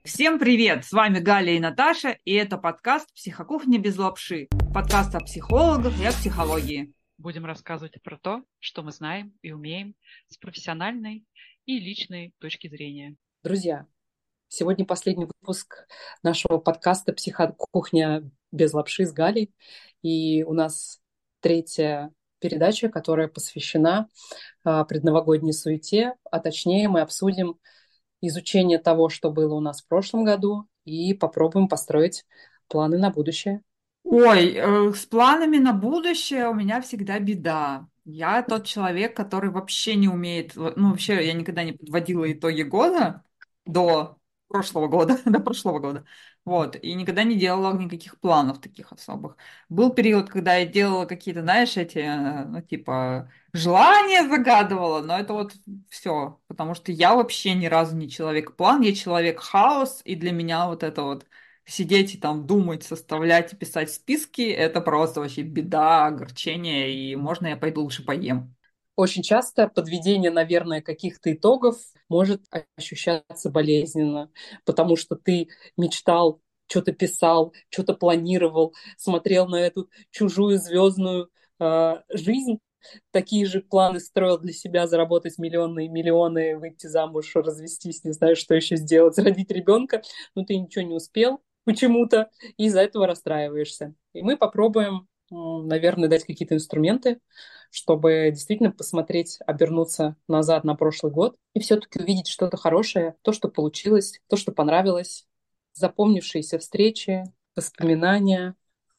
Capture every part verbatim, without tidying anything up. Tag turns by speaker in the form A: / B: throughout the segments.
A: Всем привет! С вами Галя и Наташа, и это подкаст «Психокухня без лапши». Подкаст о психологах и о психологии.
B: Будем рассказывать про то, что мы знаем и умеем с профессиональной и личной точки зрения.
C: Друзья, сегодня последний выпуск нашего подкаста «Психокухня без лапши» с Галей. И у нас третья передача, которая посвящена а, предновогодней суете, а точнее мы обсудим изучение того, что было у нас в прошлом году, и попробуем построить планы на будущее.
A: Ой, э, с планами на будущее у меня всегда беда. Я тот человек, который вообще не умеет, ну вообще я никогда не подводила итоги года до прошлого года, до прошлого года, вот, и никогда не делала никаких планов таких особых. Был период, когда я делала какие-то, знаешь, эти, э, ну типа, желания загадывала, но это вот все, потому что я вообще ни разу не человек-план, я человек-хаос, и для меня вот это вот сидеть и там думать, составлять и писать списки — это просто вообще беда, огорчение, и можно я пойду лучше поем.
C: Очень часто подведение, наверное, каких-то итогов может ощущаться болезненно, потому что ты мечтал, что-то писал, что-то планировал, смотрел на эту чужую звездную э, жизнь, такие же планы строил для себя, заработать миллионы и миллионы, выйти замуж, развестись, не знаю, что еще сделать, родить ребенка, но ты ничего не успел почему-то, и из-за этого расстраиваешься. И мы попробуем, наверное, дать какие-то инструменты, чтобы действительно посмотреть, обернуться назад на прошлый год и все-таки увидеть что-то хорошее, то, что получилось, то, что понравилось, запомнившиеся встречи, воспоминания.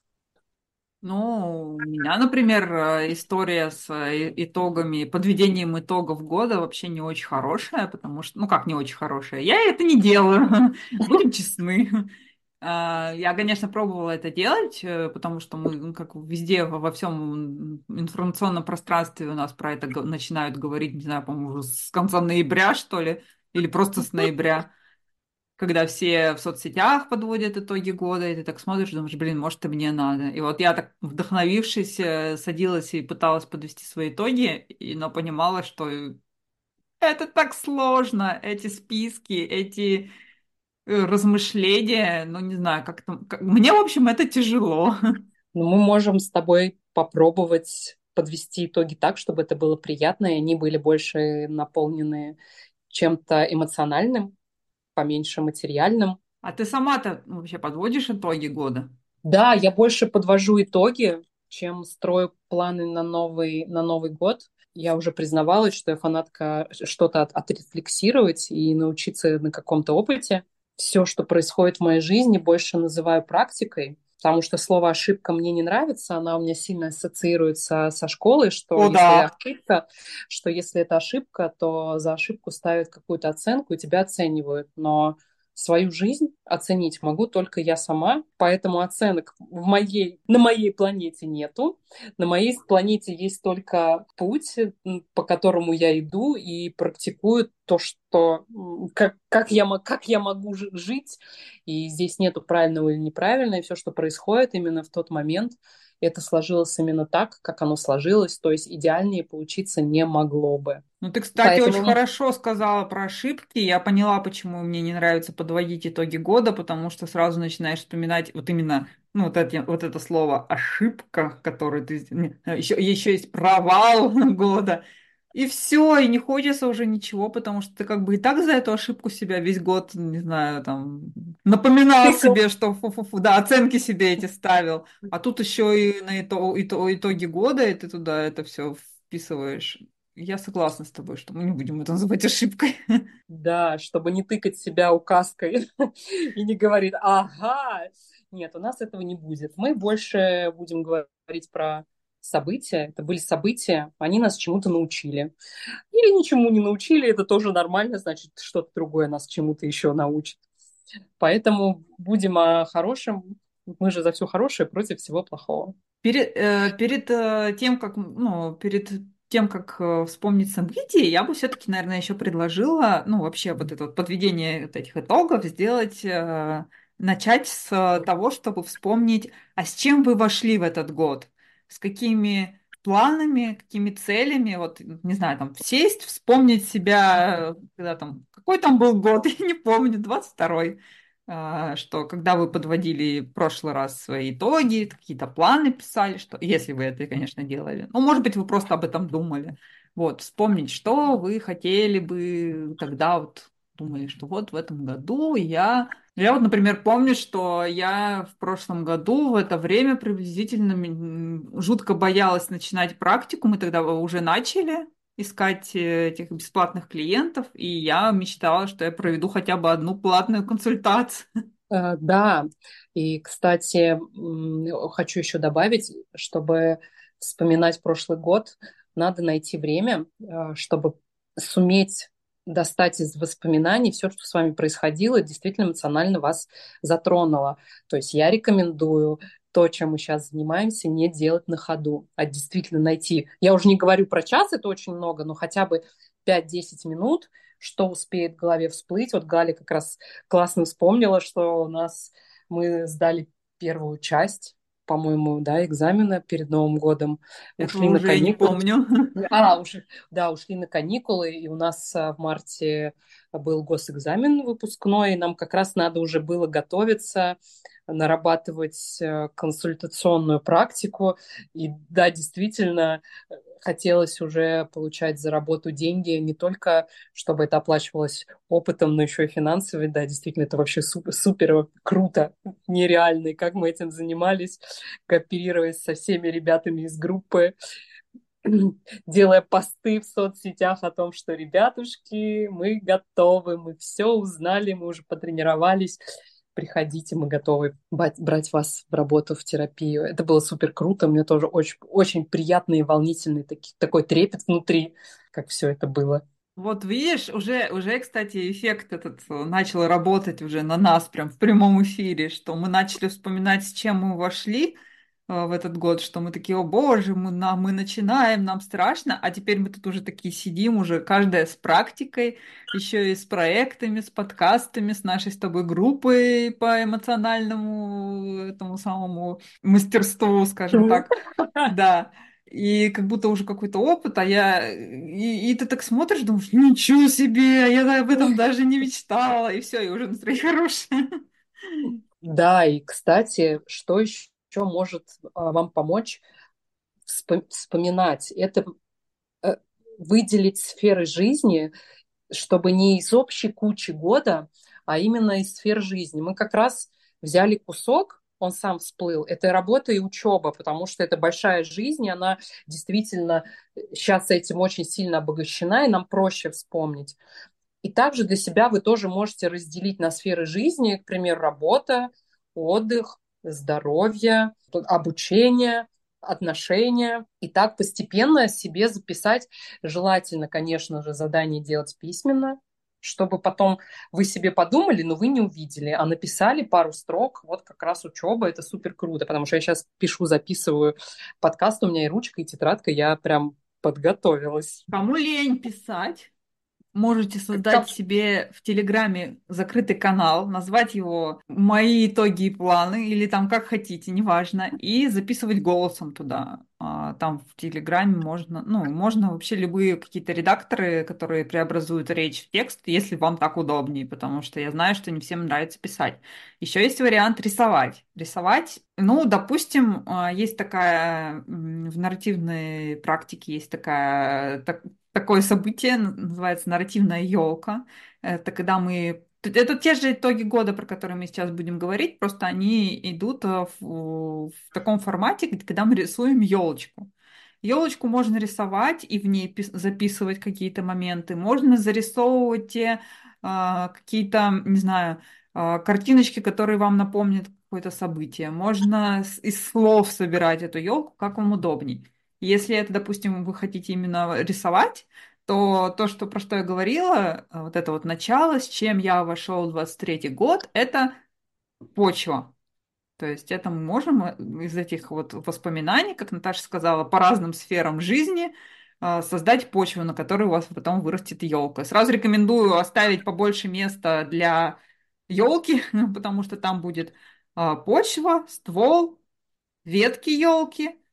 A: Ну, у меня, например, э, история с э, итогами, подведением итогов года вообще не очень хорошая, потому что, ну как не очень хорошая, я это не делаю, будем честны. А, Я, конечно, пробовала это делать, э, потому что мы, ну, как везде, во во всем информационном пространстве у нас про это го- начинают говорить, не знаю, по-моему, уже с конца ноября, что ли, или просто с ноября, когда все в соцсетях подводят итоги года, и ты так смотришь, думаешь, блин, может, и мне надо. И вот я так, вдохновившись, э, садилась и пыталась подвести свои итоги, и, но понимала, что это так сложно, эти списки, эти э, размышления, ну, не знаю, как там... как- Мне, в общем, это тяжело.
C: Но мы можем с тобой попробовать подвести итоги так, чтобы это было приятно, и они были больше наполнены чем-то эмоциональным, поменьше материальным.
A: А ты сама-то ну, вообще подводишь итоги года?
C: Да, я больше подвожу итоги, чем строю планы на новый, на Новый год. Я уже признавалась, что я фанатка что-то от, отрефлексировать и научиться на каком-то опыте. Все, что происходит в моей жизни, больше называю практикой, потому что слово ошибка мне не нравится, она у меня сильно ассоциируется со школой, что
A: О,
C: если
A: да.
C: ошибка, что если это ошибка, то за ошибку ставят какую-то оценку и тебя оценивают. Но свою жизнь оценить могу только я сама, поэтому оценок в моей, на моей планете нету. На моей планете есть только путь, по которому я иду и практикую то, что как, как, я, как я могу жить. И здесь нету правильного или неправильного, и все, что происходит именно в тот момент, это сложилось именно так, как оно сложилось, то есть идеальнее получиться не могло бы.
A: Ну, ты, кстати, очень
C: Поэтому
A: хорошо сказала про ошибки. Я поняла, почему мне не нравится подводить итоги года, потому что сразу начинаешь вспоминать вот именно ну, вот, эти, вот это слово «ошибка», которое ты... Еще, еще есть провал года. И все, и не хочется уже ничего, потому что ты как бы и так за эту ошибку себя весь год, не знаю, там, напоминал
C: тыкал.
A: себе, что фу-фу-фу, да, оценки себе эти ставил. А тут еще и на ито- ито- итоги года, и ты туда это все вписываешь. Я согласна с тобой, что мы не будем это называть ошибкой.
C: Да, чтобы не тыкать себя указкой и не говорить, ага, нет, у нас этого не будет. Мы больше будем говорить про события. Это были события, они нас чему-то научили. Или ничему не научили, это тоже нормально, значит, что-то другое нас чему-то еще научит. Поэтому будем о хорошем. Мы же за все хорошее против всего плохого.
A: Перед, э, перед э, тем, как, ну, перед тем, как э, вспомнить события, я бы все-таки, наверное, еще предложила, ну, вообще вот это вот подведение вот этих итогов сделать, э, начать с того, чтобы вспомнить, а с чем вы вошли в этот год, с какими планами, какими целями, вот, не знаю, там, сесть, вспомнить себя, когда там, какой там был год, я не помню, двадцать второй, а, что когда вы подводили в прошлый раз свои итоги, какие-то планы писали, что, если вы это, конечно, делали, ну, может быть, вы просто об этом думали, вот, вспомнить, что вы хотели бы тогда вот, думали, что вот в этом году я я вот, например, помню, что я в прошлом году в это время приблизительно м, жутко боялась начинать практику. Мы тогда уже начали искать э, этих бесплатных клиентов, и я мечтала, что я проведу хотя бы одну платную консультацию.
C: Э, Да, и, кстати, м, хочу еще добавить, чтобы вспоминать прошлый год, надо найти время, э, чтобы суметь достать из воспоминаний все, что с вами происходило, действительно эмоционально вас затронуло. То есть я рекомендую то, чем мы сейчас занимаемся, не делать на ходу, а действительно найти. Я уже не говорю про час, это очень много, но хотя бы пять-десять минут, что успеет в голове всплыть. Вот Галя как раз классно вспомнила, что у нас мы сдали первую часть, по-моему, да, экзамена перед Новым годом,
A: Этого
C: ушли на
A: уже я не
C: каникулы.
A: помню.
C: А, уже, да, ушли на каникулы, и у нас а, в марте был госэкзамен выпускной, и нам как раз надо уже было готовиться, нарабатывать э, консультационную практику. И да, действительно, э, хотелось уже получать за работу деньги, не только чтобы это оплачивалось опытом, но еще и финансово. Да, действительно, это вообще супер, супер круто, нереально, и как мы этим занимались, кооперируясь со всеми ребятами из группы, делая посты в соцсетях о том, что, ребятушки, мы готовы, мы все узнали, мы уже потренировались, приходите, мы готовы брать, брать вас в работу, в терапию. Это было супер круто, мне тоже очень, очень приятный и волнительный таки, такой трепет внутри, как все это было.
A: Вот видишь, уже, уже, кстати, эффект этот э, начал работать уже на нас прям в прямом эфире, что мы начали вспоминать, с чем мы вошли э, в этот год, что мы такие, о боже, мы, на, мы начинаем, нам страшно, а теперь мы тут уже такие сидим, уже каждая с практикой, еще и с проектами, с подкастами, с нашей с тобой группой по эмоциональному этому самому мастерству, скажем так. Да. И как будто уже какой-то опыт, а я... И, и ты так смотришь, думаешь, ничего себе, я об этом даже не мечтала, и все, и уже настроение хорошее.
C: Да, и, кстати, что еще может а, вам помочь вспом- вспоминать? Это э, выделить сферы жизни, чтобы не из общей кучи года, а именно из сфер жизни. Мы как раз взяли кусок, он сам всплыл. Это работа и учеба, потому что это большая жизнь, и она действительно сейчас этим очень сильно обогащена, и нам проще вспомнить. И также для себя вы тоже можете разделить на сферы жизни, к примеру, работа, отдых, здоровье, обучение, отношения. И так постепенно себе записать. Желательно, конечно же, задание делать письменно, чтобы потом вы себе подумали, но вы не увидели, а написали пару строк. Вот как раз учеба, это супер круто, потому что я сейчас пишу, записываю подкаст, у меня и ручка, и тетрадка, я прям подготовилась.
A: Кому лень писать, можете создать себе в Телеграме закрытый канал, назвать его «Мои итоги и планы» или там как хотите, неважно, и записывать голосом туда. А, Там в Телеграме можно, ну, можно вообще любые какие-то редакторы, которые преобразуют речь в текст, если вам так удобнее, потому что я знаю, что не всем нравится писать. Еще есть вариант рисовать. Рисовать, ну, допустим, а, есть такая м, в нарративной практике есть такая, так- такое событие, называется нарративная елка. Это когда мы... Это те же итоги года, про которые мы сейчас будем говорить, просто они идут э, в, в таком формате, где- когда мы рисуем елочку. Елочку можно рисовать и в ней пис- записывать какие-то моменты. Можно зарисовывать те а, какие-то, не знаю, а, картиночки, которые вам напомнят какое-то событие. Можно с- из слов собирать эту елку, как вам удобней. Если это, допустим, вы хотите именно рисовать, то то, что, про что я говорила, а, вот это вот начало, с чем я вошел в двадцать третий год, это почва. То есть это мы можем э, из этих вот воспоминаний, как Наташа сказала, по разным сферам жизни а, создать почву, на которой у вас потом вырастет елка. Сразу рекомендую оставить побольше места для елки, потому что там будет а, почва, ствол, ветки елки,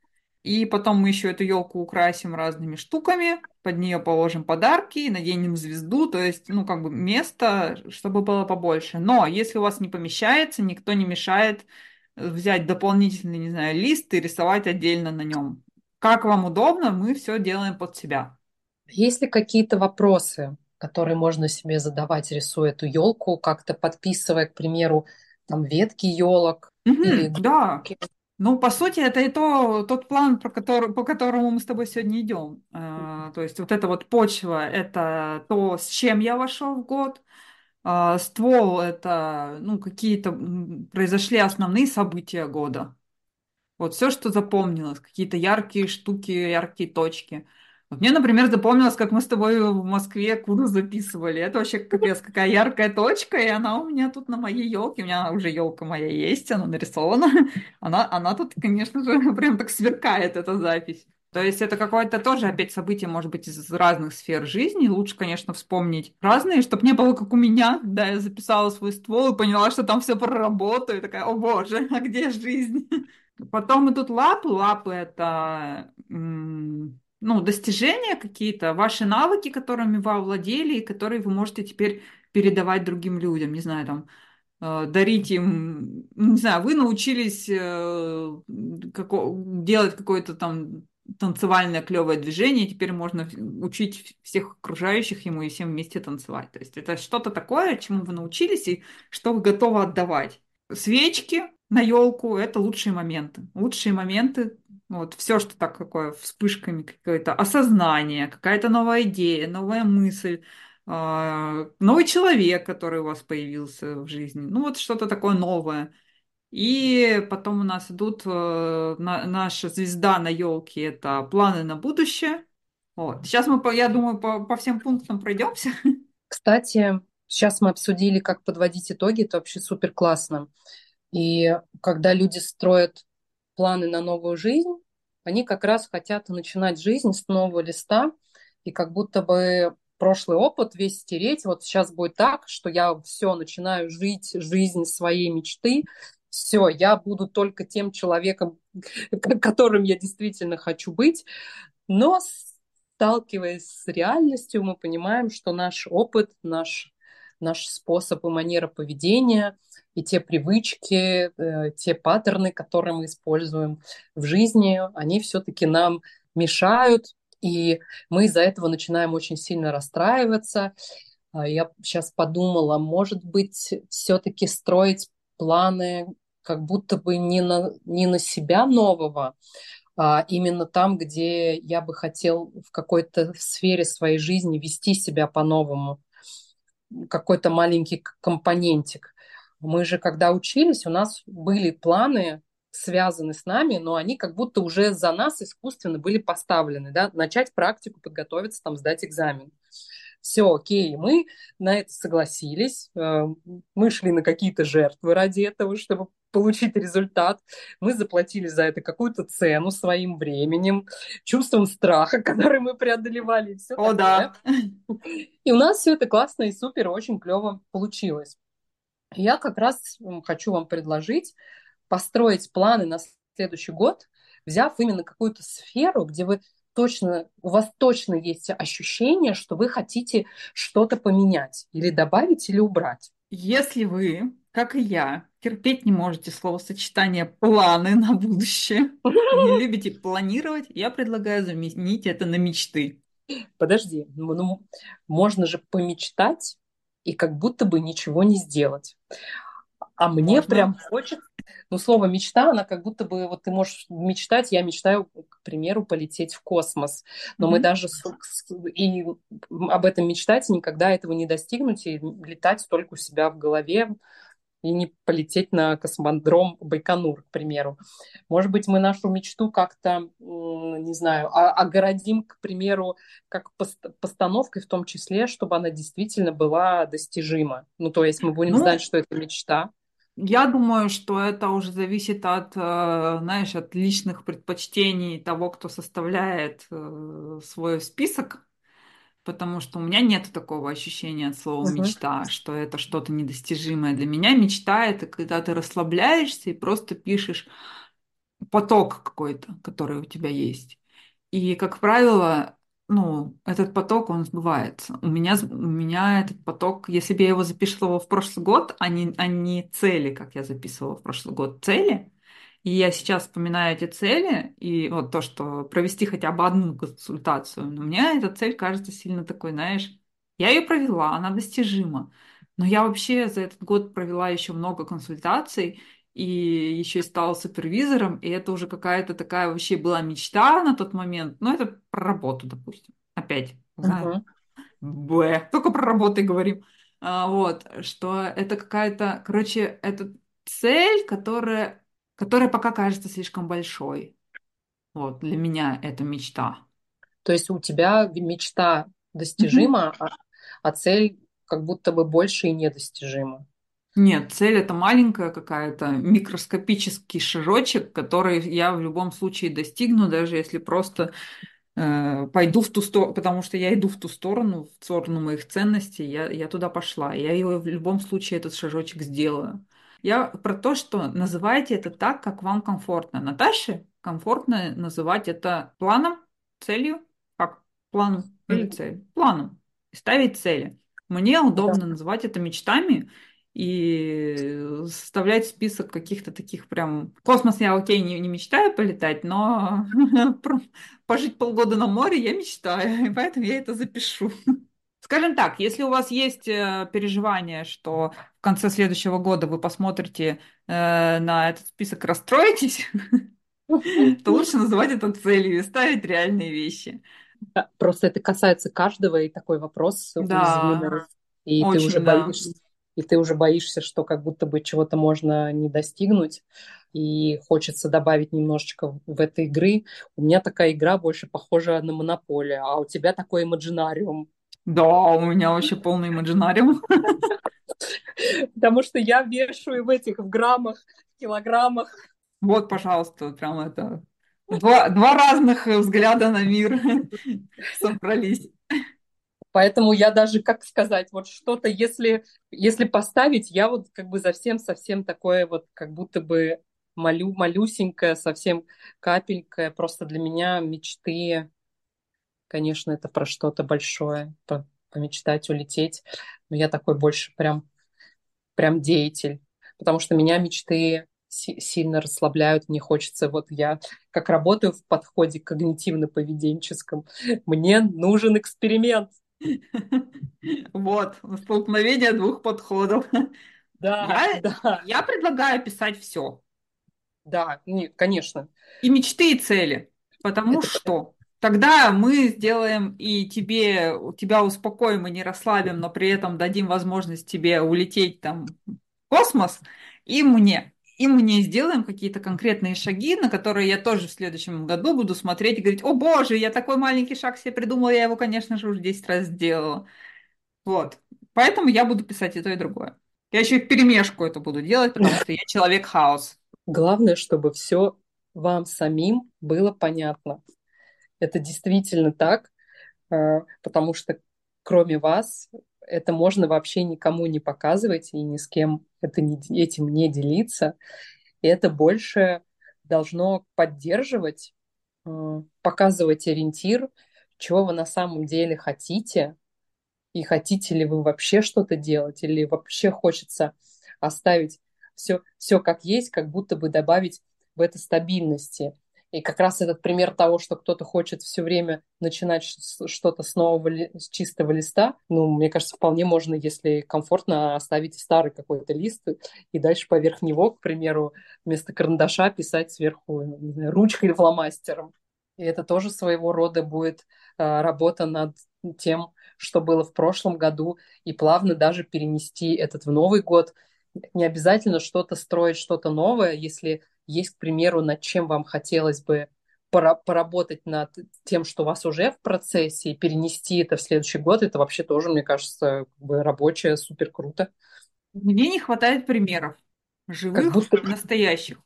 A: И потом мы еще эту елку украсим разными штуками, под нее положим подарки, наденем звезду, то есть, ну, как бы место, чтобы было побольше. Но если у вас не помещается, никто не мешает взять дополнительный, не знаю, лист и рисовать отдельно на нем. Как вам удобно, мы все делаем под себя.
C: Есть ли какие-то вопросы, которые можно себе задавать, рисуя эту елку, как-то подписывая, к примеру, там ветки елок или
A: Мгм, да.
C: игрушки?
A: Ну, по сути, это и то, тот план, про который, по которому мы с тобой сегодня идем. А, то есть вот эта вот почва– это то, с чем я вошел в год. А, ствол– это, ну, какие-то м, произошли основные события года. Вот все, что запомнилось, какие-то яркие штуки, яркие точки. Вот мне, например, запомнилось, как мы с тобой в Москве курс записывали. Это вообще капец, какая яркая точка, и она у меня тут на моей елке. У меня уже елка моя есть, она нарисована. Она, она тут, конечно же, прям так сверкает, эта запись. То есть это какое-то тоже опять событие, может быть, из разных сфер жизни. Лучше, конечно, вспомнить разные, чтобы не было как у меня, когда я записала свой ствол и поняла, что там все про работу, и такая, о боже, а где жизнь? Потом идут лапы. Лапы– это м, ну, достижения какие-то, ваши навыки, которыми вы овладели, и которые вы можете теперь передавать другим людям. Не знаю, там, э, дарить им, ну, не знаю, вы научились э, како- делать какое-то там танцевальное клевое движение, и теперь можно учить всех окружающих ему и всем вместе танцевать. То есть это что-то такое, чему вы научились и что вы готовы отдавать. Свечки на елку– это лучшие моменты. Лучшие моменты, вот все, что так какое, вспышками какое-то осознание, какая-то новая идея, новая мысль, а, новый человек, который у вас появился в жизни. Ну вот что-то такое новое. И потом у нас идут э, на- наша звезда на елке– это планы на будущее. Вот. Сейчас мы, по- я думаю, по, по всем пунктам пройдемся.
C: Кстати, сейчас мы обсудили, как подводить итоги, это вообще супер классно. И когда люди строят планы на новую жизнь, они как раз хотят начинать жизнь с нового листа, и как будто бы прошлый опыт весь стереть. Вот сейчас будет так, что я все начинаю жить жизнь своей мечты, все, я буду только тем человеком, которым я действительно хочу быть. Но сталкиваясь с реальностью, мы понимаем, что наш опыт, наш, наш способ и манера поведения и те привычки, э, те паттерны, которые мы используем в жизни, они все-таки нам мешают, и мы из-за этого начинаем очень сильно расстраиваться. А Я сейчас подумала, может быть, все-таки строить планы как будто бы не на, не на себя нового, а именно там, где я бы хотел в какой-то сфере своей жизни вести себя по-новому, какой-то маленький компонентик. Мы же, когда учились, у нас были планы, связаны с нами, но они как будто уже за нас искусственно были поставлены, да, начать практику, подготовиться, там, сдать экзамен. Все, окей, мы на это согласились, э, мы шли на какие-то жертвы ради этого, чтобы получить результат. Мы заплатили за это какую-то цену своим временем, чувством страха, который мы преодолевали, и все
A: О,
C: такое.
A: да.
C: И у нас все это классно и супер, очень клево получилось. Я как раз хочу вам предложить построить планы на следующий год, взяв именно какую-то сферу, где вы точно, у вас точно есть ощущение, что вы хотите что-то поменять или добавить, или убрать.
A: Если вы, как и я, терпеть не можете словосочетание «планы на будущее», не любите планировать, я предлагаю заменить это на мечты.
C: Подожди, ну, ну, можно же помечтать и как будто бы ничего не сделать. А мне
A: Можно.
C: прям хочется, ну, слово мечта, она как будто бы, вот ты можешь мечтать, я мечтаю, к примеру, полететь в космос, но мы
A: Мгм.
C: даже с- с- и об этом мечтать, и никогда этого не достигнуть, и летать только у себя в голове, и не полететь на космодром Байконур, к примеру. Может быть, мы нашу мечту как-то, м, не знаю, о- огородим, к примеру, как пост- постановкой в том числе, чтобы она действительно была достижима. Ну, то есть мы будем знать,
A: Ну,
C: что это мечта.
A: я думаю, что это уже зависит от, э, знаешь, от личных предпочтений того, кто составляет э, свой список, потому что у меня нет такого ощущения от слова
C: Мгм.
A: мечта, что это что-то недостижимое. Для меня мечта– это когда ты расслабляешься и просто пишешь: поток какой-то, который у тебя есть. И, как правило, ну, этот поток, он сбывается. У меня, с- у меня этот поток, если бы я его записывала в прошлый год, а не, а не цели, как я записывала в прошлый год, цели, и я сейчас вспоминаю эти цели, и вот то, что провести хотя бы одну консультацию, но мне эта цель кажется сильно такой, знаешь, я ее провела, она достижима. Но я вообще за этот год провела еще много консультаций, и еще и стала супервизором, и это уже какая-то такая вообще была мечта на тот момент. Ну, это про работу, допустим. Опять, знаю,
C: Мгм.
A: Б, только про работу и говорим. А, вот, что это какая-то, короче, это цель, которая, которая пока кажется слишком большой. Вот, для меня это мечта.
C: То есть у тебя мечта
A: Мгм.
C: достижима, а, а цель как будто бы больше и недостижима.
A: Нет, цель это маленькая какая-то, микроскопический шажочек, который я в любом случае достигну, даже если просто э, пойду в ту сторону, потому что я иду в ту сторону, в сторону моих ценностей, я, я туда пошла. Я его в любом случае этот шажочек сделаю. Я про то, что называйте это так, как вам комфортно. Наташе комфортно называть это планом, целью, как планом или
C: Мгм.
A: целью? Планом. И ставить цели. Мне
C: Да.
A: удобно называть это мечтами и составлять список каких-то таких прям... В космос я, окей, не, не мечтаю полетать, но пожить полгода на море я мечтаю, и поэтому я это запишу. Скажем так, если у вас есть э, переживание, что в конце следующего года вы посмотрите э, на этот список, расстроитесь, то лучше называть это целью и ставить реальные вещи.
C: Да, просто это касается каждого, и такой вопрос
A: Да,
C: уязвимый. И ты уже
A: очень, да.
C: боишься, и ты уже боишься, что как будто бы чего-то можно не достигнуть, и хочется добавить немножечко в этой игры. У меня такая игра больше похожа на монополию, а у тебя такой имаджинариум.
A: Да, у меня вообще полный имаджинариум.
C: Потому что я вешаю в этих, в граммах, в килограммах.
A: Вот, пожалуйста, вот прям это... Два, два разных взгляда на мир собрались.
C: Поэтому я даже, как сказать, вот что-то, если, если поставить, я вот как бы совсем-совсем такое вот, как будто бы малю, малюсенькое, совсем капелька. Просто для меня мечты, конечно, это про что-то большое, по- помечтать, улететь. Но я такой больше прям, прям деятель, потому что меня мечты си- сильно расслабляют. Мне хочется, вот я как работаю в подходе когнитивно-поведенческом, мне нужен эксперимент.
A: Вот, столкновение двух подходов.
C: Да,
A: Я,
C: да,
A: я предлагаю писать все.
C: да, не, конечно.
A: И мечты, и цели. Потому
C: Это
A: что тогда мы сделаем и тебе, тебя успокоим и не расслабим, но при этом дадим возможность тебе улететь там в космос, и мне. И мне сделаем какие-то конкретные шаги, на которые я тоже в следующем году буду смотреть и говорить: о боже, я такой маленький шаг себе придумала, я его, конечно же, уже десять раз сделала. Вот. Поэтому я буду писать и то, и другое. Я еще и вперемешку это буду делать, потому что я человек-хаос.
C: главное, чтобы все вам самим было понятно. Это действительно так, э, потому что кроме вас это можно вообще никому не показывать и ни с кем это не, этим не делиться. И это больше должно поддерживать, э, показывать ориентир, чего вы на самом деле хотите, и хотите ли вы вообще что-то делать, или вообще хочется оставить все, все как есть, как будто бы добавить в это стабильности. И как раз этот пример того, что кто-то хочет все время начинать что-то с нового, с чистого листа, ну, мне кажется, вполне можно, если комфортно, оставить старый какой-то лист и дальше поверх него, к примеру, вместо карандаша писать сверху, не знаю, ручкой или фломастером. И это тоже своего рода будет а, работа над тем, что было в прошлом году, и плавно даже перенести этот в Новый год. Не обязательно что-то строить, что-то новое, если есть, к примеру, над чем вам хотелось бы пора- поработать над тем, что у вас уже в процессе, и перенести это в следующий год, это вообще тоже, мне кажется, как бы рабочее, супер круто.
A: Мне не хватает примеров.
C: Как
A: Живых
C: будто,
A: и настоящих.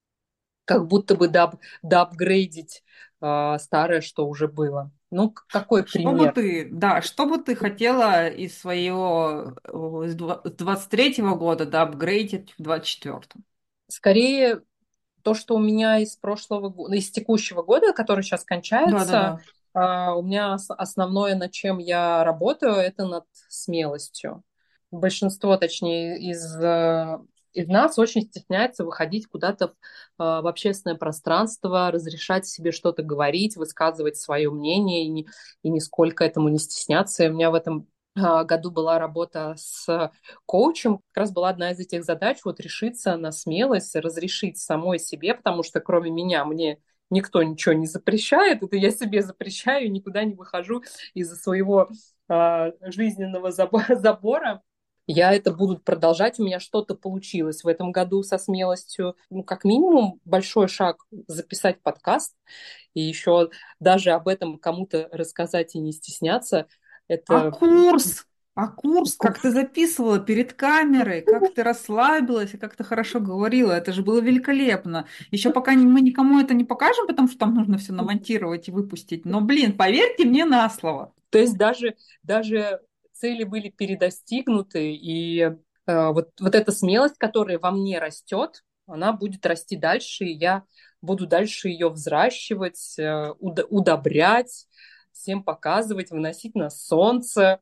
C: как будто бы доап- доапгрейдить а, старое, что уже было. Ну, к- какой
A: Что бы
C: пример?
A: ты, да, что бы ты хотела из своего э, с двадцать третьего года, да, апгрейдить в двадцать четвертом?
C: Скорее То, что у меня из прошлого года, из текущего года, который сейчас кончается,
A: Да-да-да.
C: а, у меня ос- основное, над чем я работаю, это над смелостью. Большинство, точнее, из, э, из нас очень стесняется выходить куда-то в, э, в общественное пространство, разрешать себе что-то говорить, высказывать свое мнение и, ни- и нисколько этому не стесняться. И у меня в этом а, году была работа с коучем. Как раз была одна из этих задач вот решиться на смелость, разрешить самой себе, потому что кроме меня мне никто ничего не запрещает, это я себе запрещаю, никуда не выхожу из-за своего э, жизненного забора. Я это буду продолжать, у меня что-то получилось в этом году со смелостью. Ну, как минимум, большой шаг записать подкаст и еще даже об этом кому-то рассказать и не стесняться.
A: А
C: Это
A: курс? А курс, как ты записывала перед камерой, как ты расслабилась и как ты хорошо говорила, это же было великолепно. Еще пока не- мы никому это не покажем, потому что там нужно все намонтировать и выпустить. Но, блин, поверьте мне на слово.
C: То есть даже, даже цели были передостигнуты, и э, вот, вот эта смелость, которая во мне растет, она будет расти дальше, и я буду дальше ее взращивать, э, уд- удобрять, всем показывать, выносить на солнце,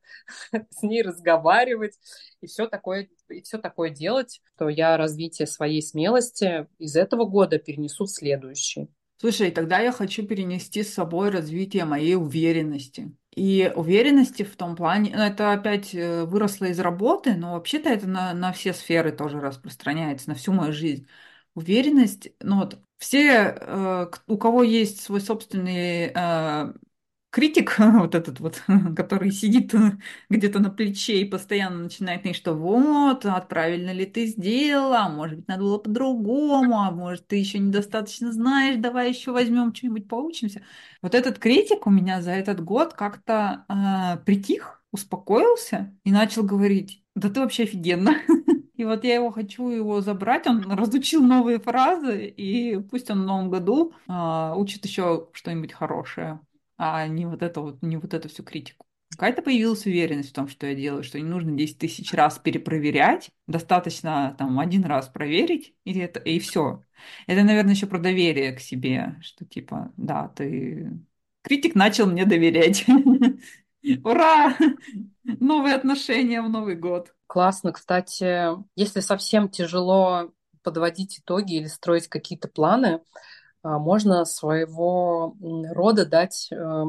C: с ней разговаривать и все такое, и все такое делать, то я развитие своей смелости из этого года перенесу в следующий.
A: Слушай, тогда я хочу перенести с собой развитие моей уверенности. И уверенности в том плане, ну, это опять э, выросло из работы, но вообще-то это на, на все сферы тоже распространяется, на всю мою жизнь. Уверенность, ну вот все, э, к- у кого есть свой собственный э, критик, вот этот вот, который сидит где-то на плече и постоянно начинает ныть, что вот, а правильно ли ты сделала, а может быть, надо было по-другому, а может, ты еще недостаточно знаешь, давай еще возьмем что-нибудь поучимся. Вот этот критик у меня за этот год как-то а, притих, успокоился и начал говорить, да ты вообще офигенно. И вот я его хочу его забрать, он разучил новые фразы, и пусть он в новом году а, учит еще что-нибудь хорошее, а не вот это вот, не вот эту всю критику. Какая-то появилась уверенность в том, что я делаю, что не нужно десять тысяч раз перепроверять, достаточно там один раз проверить, и это, и все. Это, наверное, еще про доверие к себе, что типа, да, ты... Критик начал мне доверять. Ура! Новые отношения в Новый год.
C: Классно, кстати, если совсем тяжело подводить итоги или строить какие-то планы, а, можно своего м, рода дать э,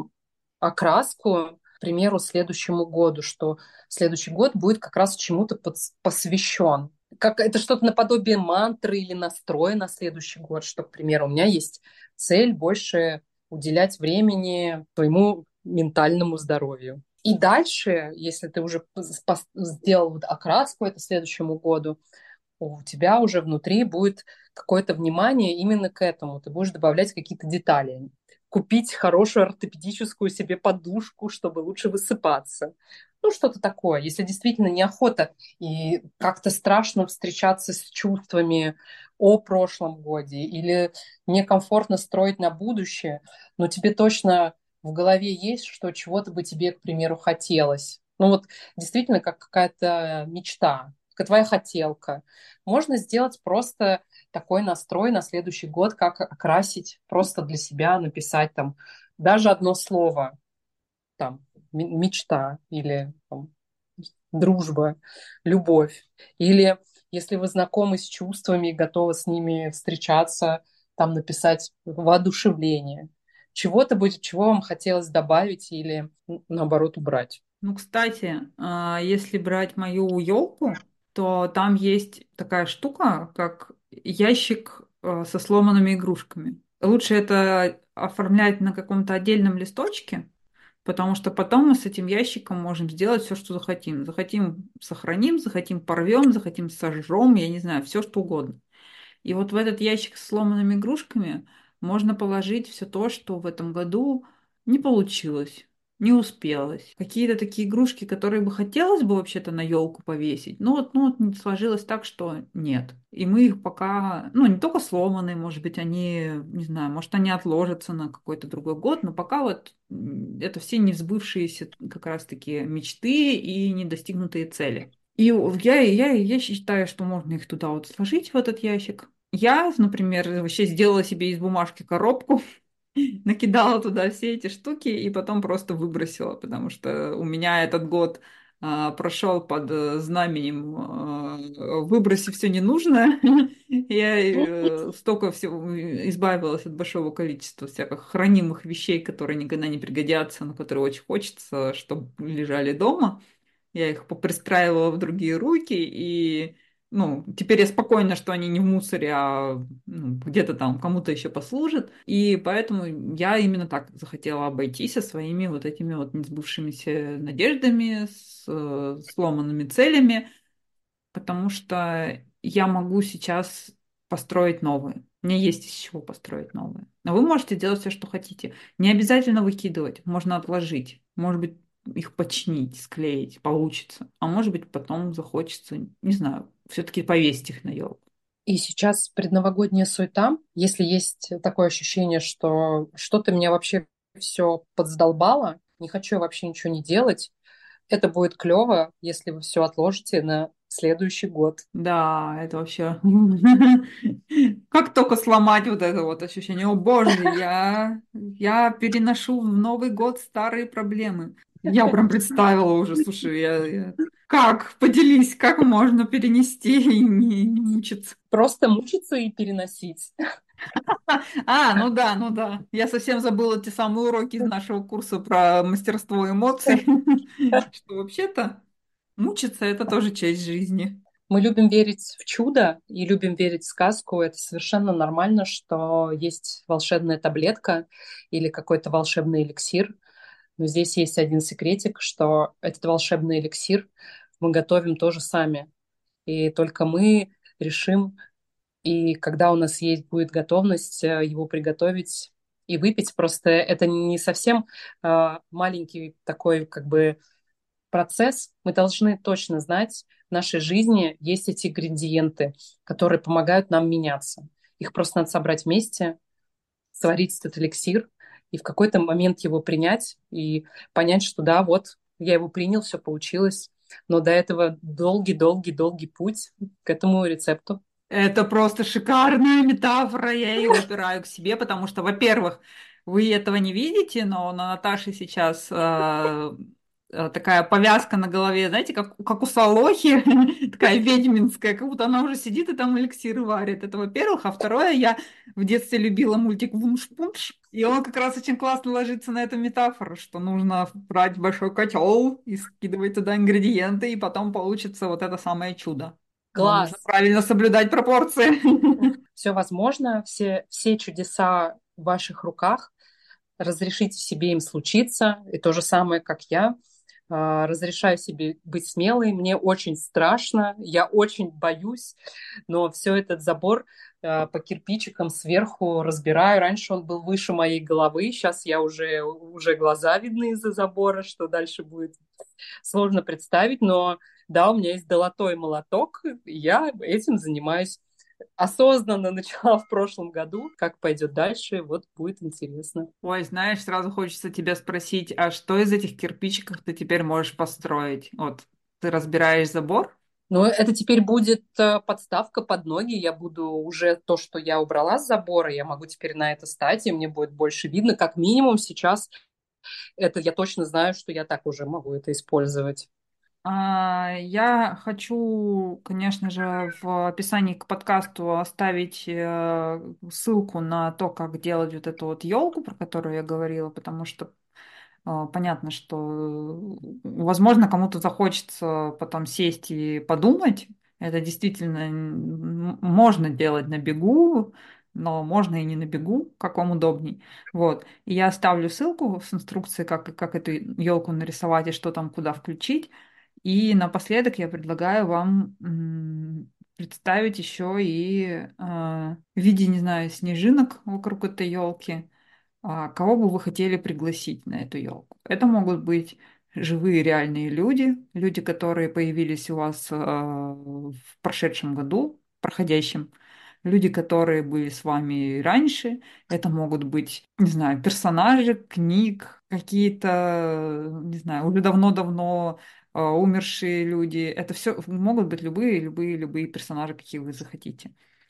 C: окраску, к примеру, следующему году, что следующий год будет как раз чему-то подс- посвящен. Как, это что-то наподобие мантры или настроя на следующий год, что, к примеру, у меня есть цель больше уделять времени своему ментальному здоровью. И дальше, если ты уже пос- пос- сделал вот окраску это следующему году, у тебя уже внутри будет какое-то внимание именно к этому. Ты будешь добавлять какие-то детали. Купить хорошую ортопедическую себе подушку, чтобы лучше высыпаться. Ну, что-то такое. Если действительно неохота и как-то страшно встречаться с чувствами о прошлом годе или некомфортно строить на будущее, но тебе точно в голове есть, что чего-то бы тебе, к примеру, хотелось. Ну вот действительно как какая-то мечта, как твоя хотелка. Можно сделать просто такой настрой на следующий год, как окрасить, просто для себя написать там даже одно слово, там, мечта или там, дружба, любовь. Или если вы знакомы с чувствами и готовы с ними встречаться, там написать воодушевление. Чего-то будет, чего вам хотелось добавить или наоборот убрать.
A: Ну, кстати, а, если брать мою елку, то там есть такая штука, как ящик а, со сломанными игрушками. Лучше это оформлять на каком-то отдельном листочке, потому что потом мы с этим ящиком можем сделать все, что захотим. Захотим сохраним, захотим порвем, захотим сожжем, я не знаю, все что угодно. И вот в этот ящик с сломанными игрушками можно положить все то, что в этом году не получилось, не успелось. Какие-то такие игрушки, которые бы хотелось бы вообще-то на елку повесить, но вот, ну, вот не сложилось так, что нет. И мы их пока, ну, не только сломанные, может быть, они, не знаю, может, они отложатся на какой-то другой год, но пока вот м, это все не сбывшиеся как раз-таки мечты и недостигнутые цели. И я, я, я считаю, что можно их туда вот сложить, в этот ящик, Я, например, вообще сделала себе из бумажки коробку, накидала туда все эти штуки и потом просто выбросила, потому что у меня этот год а, прошел под э, знаменем а, «выброси все ненужное». Я э, столько всего избавилась от большого количества всяких хранимых вещей, которые никогда не пригодятся, но которые очень хочется, чтобы лежали дома. Я их попристраивала в другие руки, и ну, теперь я спокойна, что они не в мусоре, а ну, где-то там кому-то еще послужат. И поэтому я именно так захотела обойтись со своими вот этими вот несбывшимися надеждами, с э, сломанными целями, потому что я могу сейчас построить новые. У меня есть из чего построить новые. Но вы можете делать все, что хотите. Не обязательно выкидывать, можно отложить. Может быть, их починить, склеить, получится. А может быть, потом захочется, не знаю, все-таки повесить их на елку.
C: И сейчас предновогодняя суета, если есть такое ощущение, что что-то меня вообще все подзадолбало, не хочу я вообще ничего не делать, это будет клево, если вы все отложите на следующий год.
A: Да, это вообще... Как только сломать вот это вот ощущение, о боже, я, я переношу в Новый год старые проблемы. Я прям представила уже, слушай, я, я- как, поделись, как можно перенести и не, не мучиться.
C: Просто мучиться и переносить.
A: А, ну да, ну да. Я совсем забыла те самые уроки из нашего курса про мастерство эмоций, что вообще-то мучиться — это тоже часть жизни.
C: Мы любим верить в чудо и любим верить в сказку. Это совершенно нормально, что есть волшебная таблетка или какой-то волшебный эликсир. Но здесь есть один секретик, что этот волшебный эликсир мы готовим тоже сами. И только мы решим, и когда у нас есть будет готовность э, его приготовить и выпить. Просто это не совсем э, маленький такой как бы процесс. Мы должны точно знать, в нашей жизни есть эти ингредиенты, которые помогают нам меняться. Их просто надо собрать вместе, сварить этот эликсир и в какой-то момент его принять и понять, что да, вот я его принял, все получилось. Но до этого долгий-долгий-долгий путь к этому рецепту.
A: Это просто шикарная метафора, я ее забираю к себе, потому что, во-первых, вы этого не видите, но на Наташе сейчас э, э, такая повязка на голове, знаете, как, как у Солохи, такая ведьминская, как будто она уже сидит и там эликсиры варит. Это, во-первых. А второе, я в детстве любила мультик «Вунш-пунш», и он как раз очень классно ложится на эту метафору, что нужно брать большой котел и скидывать туда ингредиенты, и потом получится вот это самое чудо. Но нужно
C: Класс!
A: правильно соблюдать пропорции.
C: Все возможно, все, все чудеса в ваших руках. Разрешите себе им случиться. И то же самое, как я. А, Разрешаю себе быть смелой. Мне очень страшно, я очень боюсь, но все этот забор а, по кирпичикам сверху разбираю. Раньше он был выше моей головы, сейчас я уже, уже глаза видны из-за забора, что дальше будет сложно представить, но да, у меня есть долотой молоток, и я этим занимаюсь. Осознанно начала в прошлом году. Как пойдет дальше, вот будет интересно.
A: Ой, знаешь, сразу хочется тебя спросить, а что из этих кирпичиков ты теперь можешь построить? Вот ты разбираешь забор?
C: Но это теперь будет э, подставка под ноги. Я буду уже то, что я убрала с забора, я могу теперь на это стать, и мне будет больше видно. Как минимум сейчас это я точно знаю, что я так уже могу это использовать.
A: А, Я хочу, конечно же, в описании к подкасту оставить э, ссылку на то, как делать вот эту вот елку, про которую я говорила, потому что э, понятно, что, э, возможно, кому-то захочется потом сесть и подумать. Это действительно м, можно делать на бегу, но можно и не на бегу, как вам удобней. Вот. И я оставлю ссылку с инструкцией, как, как эту елку нарисовать и что там куда включить. И напоследок я предлагаю вам м, представить еще и э, в виде, не знаю, снежинок вокруг этой елки, кого бы вы хотели пригласить на эту елку. Это могут быть живые реальные люди, люди, которые появились у вас э, в прошедшем году, проходящем, люди, которые были с вами и раньше. Это могут быть, не знаю, персонажи книг, какие-то, не знаю, уже давно-давно э, умершие люди. Это все могут быть любые, любые, любые персонажи, какие вы захотите.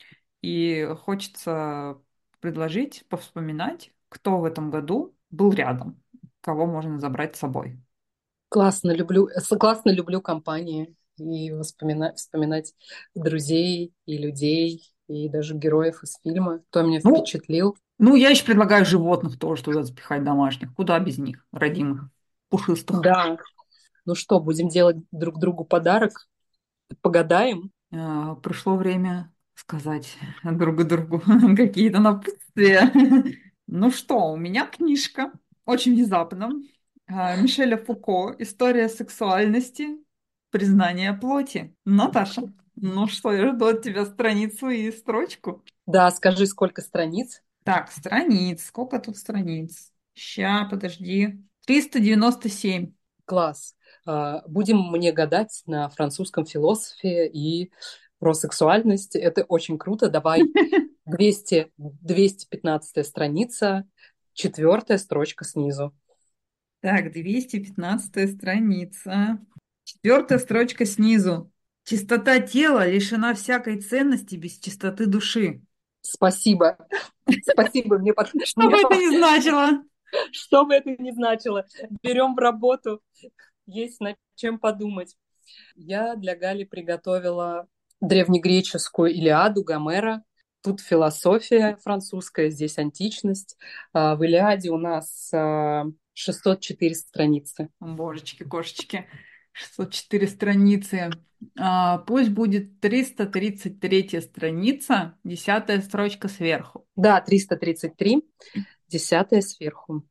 A: И хочется предложить, повспоминать, кто в этом году был рядом, кого можно забрать с собой.
C: Классно люблю, с- классно люблю компании и вспоминать, вспоминать друзей и людей, и даже героев из фильма. Кто меня
A: Ну,
C: впечатлил?
A: ну, я еще предлагаю животных тоже туда запихать домашних. Куда без них, родимых, пушистых.
C: Да. Ну что, будем делать друг другу подарок? Погадаем?
A: А, Пришло время сказать друг другу какие-то напутствия. Ну что, у меня книжка, очень внезапно. А, Мишеля Фуко «История сексуальности. Признание плоти». Наташа, ну что, я жду от тебя страницу и строчку.
C: Да, скажи, сколько страниц?
A: Так, страниц. Сколько тут страниц? Ща, подожди. Триста девяносто семь.
C: Класс. А, Будем мне гадать на французском философе и про сексуальность. Это очень круто. Давай двести, двести пятнадцатая страница, четвертая строчка снизу.
A: Так, двести пятнадцатая страница. Четвертая строчка снизу. Чистота тела лишена всякой ценности без чистоты души.
C: Спасибо. Спасибо. Мне, под-
A: Что
C: мне
A: бы это
C: под-
A: ни значило.
C: Что бы это ни значило, берем в работу. Есть над чем подумать. Я для Гали приготовила древнегреческую Илиаду Гомера. Тут философия французская, здесь античность. А, В Илиаде у нас а, шестьсот четыре страницы.
A: Божечки, кошечки. шестьсот четыре страницы. А, пусть будет триста тридцать третья страница, десятая строчка сверху.
C: Да, триста тридцать три, десятая сверху.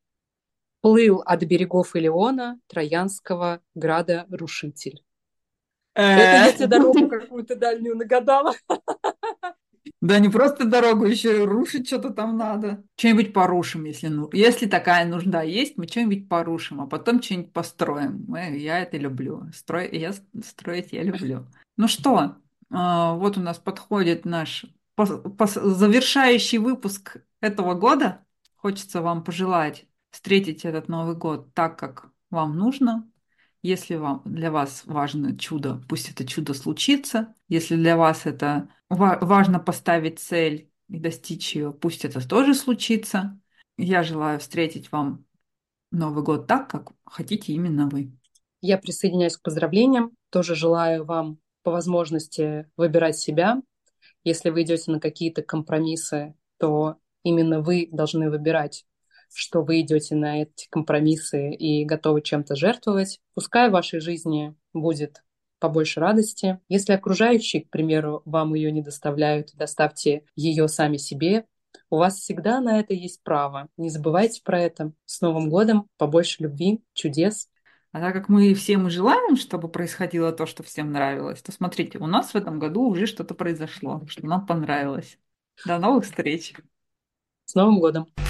C: Плыл от берегов Илеона Троянского града рушитель. Это
A: Э,
C: я тебе дорогу какую-то дальнюю нагадала.
A: Да не просто дорогу, еще и рушить что-то там надо. Что-нибудь порушим, если, ну, если такая нужда есть, мы что-нибудь порушим, а потом что-нибудь построим. Мы- я это люблю. Строй, я с- строить я люблю. Ну что, а, вот у нас подходит наш пос- пос- завершающий выпуск этого года. Хочется вам пожелать встретить этот Новый год так, как вам нужно. Если вам, для вас важно чудо, пусть это чудо случится. Если для вас это ва- важно поставить цель и достичь ее, пусть это тоже случится. Я желаю встретить вам Новый год так, как хотите именно вы.
C: Я присоединяюсь к поздравлениям. Тоже желаю вам по возможности выбирать себя. Если вы идете на какие-то компромиссы, то именно вы должны выбирать, что вы идете на эти компромиссы и готовы чем-то жертвовать. Пускай в вашей жизни будет побольше радости. Если окружающие, к примеру, вам ее не доставляют, доставьте ее сами себе. У вас всегда на это есть право. Не забывайте про это. С Новым годом! Побольше любви, чудес.
A: А так как мы всем и желаем, чтобы происходило то, что всем нравилось, то смотрите, у нас в этом году уже что-то произошло, что нам понравилось. До новых встреч!
C: С Новым годом!